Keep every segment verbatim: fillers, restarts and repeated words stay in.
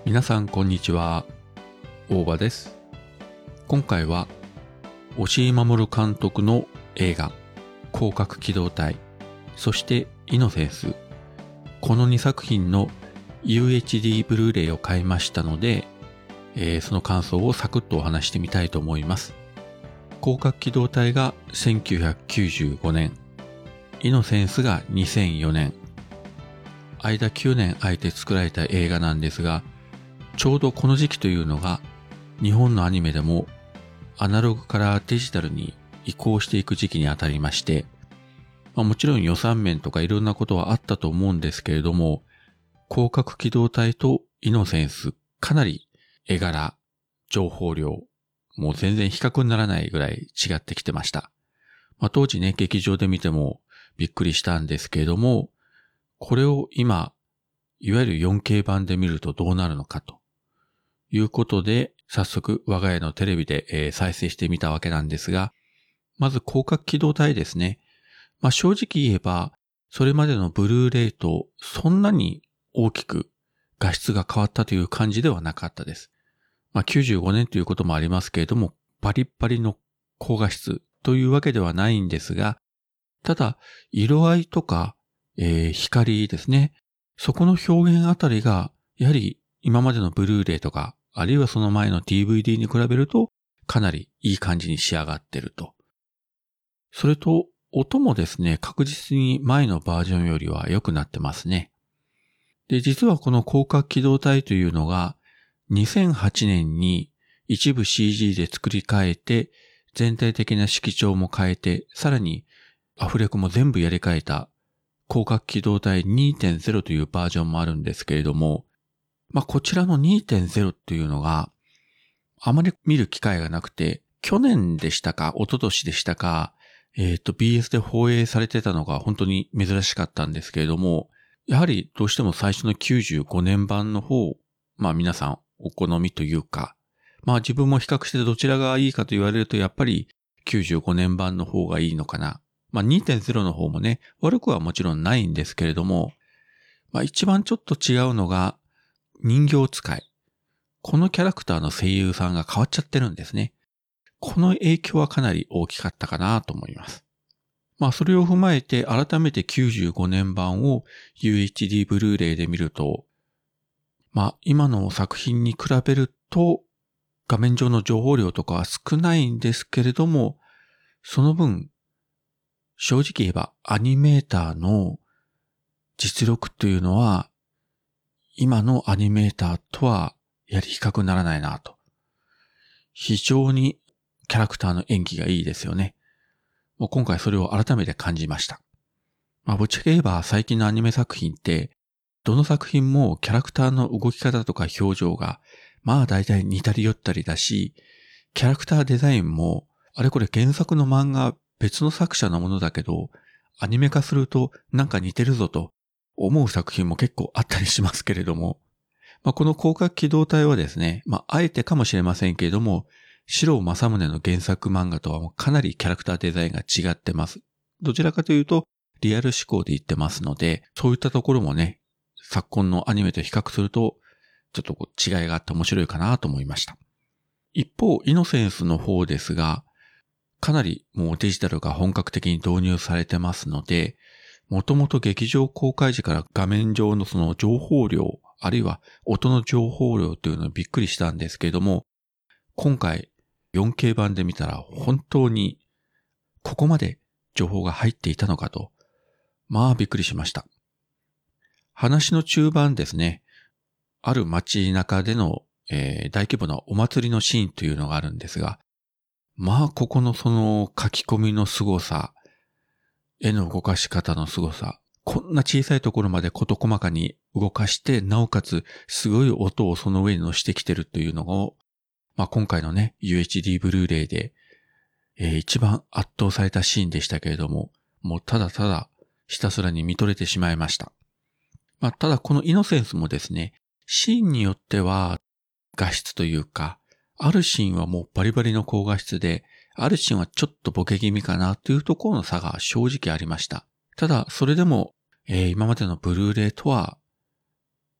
皆さんこんにちは、大場です。今回は押井守監督の映画攻殻機動隊、そしてイノセンス、このにさく品の ユーエイチディー ブルーレイを買いましたので、えー、その感想をサクッとお話してみたいと思います。攻殻機動隊がせんきゅうひゃくきゅうじゅうごねん、イノセンスがにせんよねん、間きゅうねん空いて作られた映画なんですが、ちょうどこの時期というのが日本のアニメでもアナログからデジタルに移行していく時期にあたりまして、まあ、もちろん予算面とかいろんなことはあったと思うんですけれども、攻殻機動隊とイノセンス、かなり絵柄、情報量、もう全然比較にならないぐらい違ってきてました。まあ、当時ね、劇場で見てもびっくりしたんですけれども、これを今、いわゆる よんケー 版で見るとどうなるのかということで、早速我が家のテレビで、えー、再生してみたわけなんですが、まず攻殻機動隊ですね。まあ、正直言えば、それまでのブルーレイとそんなに大きく画質が変わったという感じではなかったです。まあ、きゅうじゅうごねんということもありますけれども、バリッバリの高画質というわけではないんですが、ただ、色合いとか、えー、光ですね。そこの表現あたりが、やはり今までのブルーレイとか、あるいはその前の ディーブイディー に比べると、かなりいい感じに仕上がってると。それと、音もですね、確実に前のバージョンよりは良くなってますね。で、実はこの攻殻機動隊というのが、にせんはちねんに一部 シージー で作り変えて、全体的な色調も変えて、さらにアフレコも全部やり替えた攻殻機動隊 にてんゼロ というバージョンもあるんですけれども、まあ、こちらの にてんゼロ っていうのがあまり見る機会がなくて、去年でしたか、一昨年でしたか、えっと ビーエス で放映されてたのが本当に珍しかったんですけれども、やはりどうしても最初のきゅうじゅうごねん版の方、まあ皆さんお好みというか、まあ自分も比較してどちらがいいかと言われるとやっぱりきゅうじゅうごねん版の方がいいのかな。まあ にてんゼロ の方もね、悪くはもちろんないんですけれども、まあ一番ちょっと違うのが人形使い。このキャラクターの声優さんが変わっちゃってるんですね。この影響はかなり大きかったかなと思います。まあそれを踏まえて改めてきゅうじゅうごねん版を ユーエイチディー ブルーレイで見ると、まあ今の作品に比べると画面上の情報量とかは少ないんですけれども、その分正直言えばアニメーターの実力というのは今のアニメーターとはやはり比較にならないなと。非常にキャラクターの演技がいいですよね。もう今回それを改めて感じました。まあぶっちゃけ言えば最近のアニメ作品ってどの作品もキャラクターの動き方とか表情がまあ大体似たり寄ったりだし、キャラクターデザインもあれこれ原作の漫画別の作者のものだけどアニメ化するとなんか似てるぞと思う作品も結構あったりしますけれども、まあ、この攻殻機動隊はですね、まあ、あえてかもしれませんけれども、四郎正宗の原作漫画とはもうかなりキャラクターデザインが違ってます。どちらかというと、リアル思考で言ってますので、そういったところもね、昨今のアニメと比較すると、ちょっとこう違いがあって面白いかなと思いました。一方、イノセンスの方ですが、かなりもうデジタルが本格的に導入されてますので、もともと劇場公開時から画面上のその情報量、あるいは音の情報量というのをびっくりしたんですけれども、今回 よんケー 版で見たら本当にここまで情報が入っていたのかと、まあびっくりしました。話の中盤ですね、ある街中での、えー、大規模なお祭りのシーンというのがあるんですが、まあここのその書き込みの凄さ、絵の動かし方の凄さ、こんな小さいところまで事細かに動かして、なおかつすごい音をその上に乗せてきてるというのを、まあ今回のね、ユーエイチディー ブルーレイで、えー、一番圧倒されたシーンでしたけれども、もうただただひたすらに見とれてしまいました。まあただこのイノセンスもですね、シーンによっては画質というか、あるシーンはもうバリバリの高画質で、あるシーンはちょっとボケ気味かなというところの差が正直ありました。ただ、それでも、えー、今までのブルーレイとは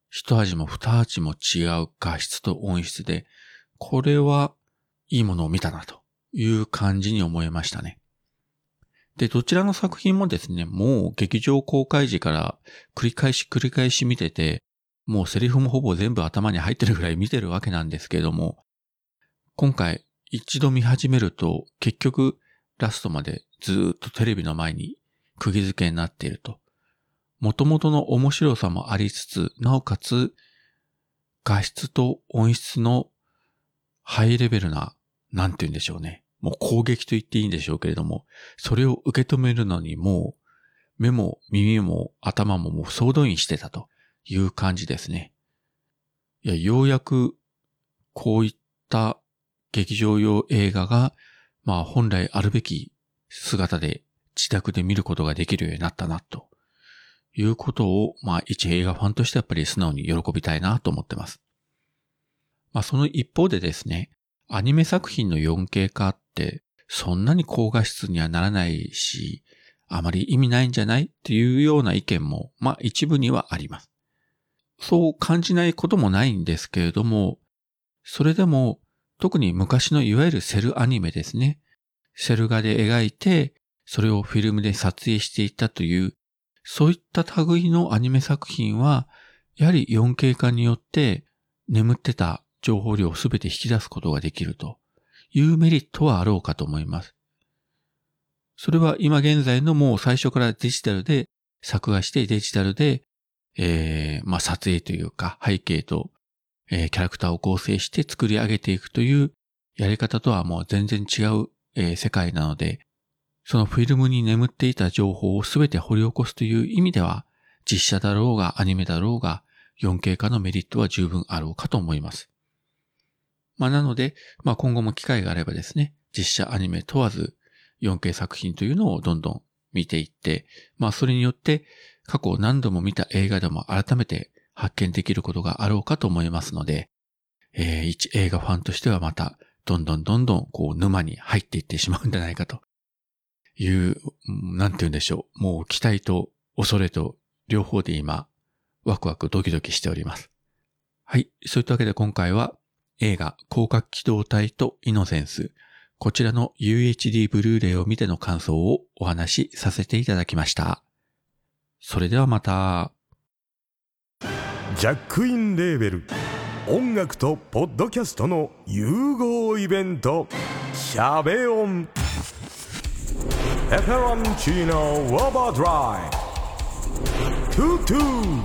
一味も二味も違う画質と音質で、これはいいものを見たなという感じに思いましたね。で、どちらの作品もですね、もう劇場公開時から繰り返し繰り返し見てて、もうセリフもほぼ全部頭に入ってるぐらい見てるわけなんですけれども、今回一度見始めると結局ラストまでずっとテレビの前に釘付けになっていると。元々の面白さもありつつ、なおかつ画質と音質のハイレベルな、なんて言うんでしょうね。もう攻撃と言っていいんでしょうけれども、それを受け止めるのにもう目も耳も頭ももう総動員してたという感じですね。いや、ようやくこういった劇場用映画が、まあ本来あるべき姿で自宅で見ることができるようになったなということを、まあ一映画ファンとしてやっぱり素直に喜びたいなと思ってます。まあその一方でですね、アニメ作品の よんケー 化ってそんなに高画質にはならないし、あまり意味ないんじゃないっていうような意見も、まあ一部にはあります。そう感じないこともないんですけれども、それでも特に昔のいわゆるセルアニメですね。セル画で描いて、それをフィルムで撮影していったという、そういった類のアニメ作品は、やはり よんケー 化によって眠ってた情報量をすべて引き出すことができるというメリットはあろうかと思います。それは今現在のもう最初からデジタルで作画してデジタルで、えー、まあ撮影というか背景と、えー、キャラクターを構成して作り上げていくというやり方とはもう全然違う、えー、世界なので、そのフィルムに眠っていた情報をすべて掘り起こすという意味では、実写だろうがアニメだろうが よんケー 化のメリットは十分あろうかと思います。まあなので、まあ今後も機会があればですね、実写アニメ問わず よんケー 作品というのをどんどん見ていって、まあそれによって過去何度も見た映画でも改めて発見できることがあろうかと思いますので、えー、一映画ファンとしてはまたどんどんどんどんこう沼に入っていってしまうんじゃないかという、なんて言うんでしょう。もう期待と恐れと両方で今ワクワクドキドキしております。はい。そういったわけで今回は映画広角機動隊とイノセンス、こちらの ユーエイチディー ブルーレイを見ての感想をお話しさせていただきました。それではまた。 ジャックインレーベル音楽とポッドキャストの融合イベント、シャベオンペペロンチーノウォーバードライトゥトゥ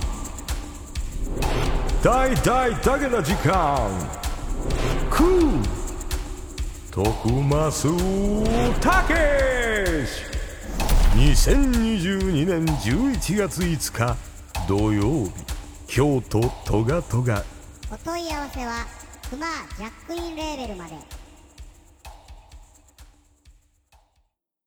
大大だけの時間クー徳増たけしにせんにじゅうにねんじゅういちがついつか土曜日、京都トガトガ。 お問い合わせはクマジャックインレーベルまで。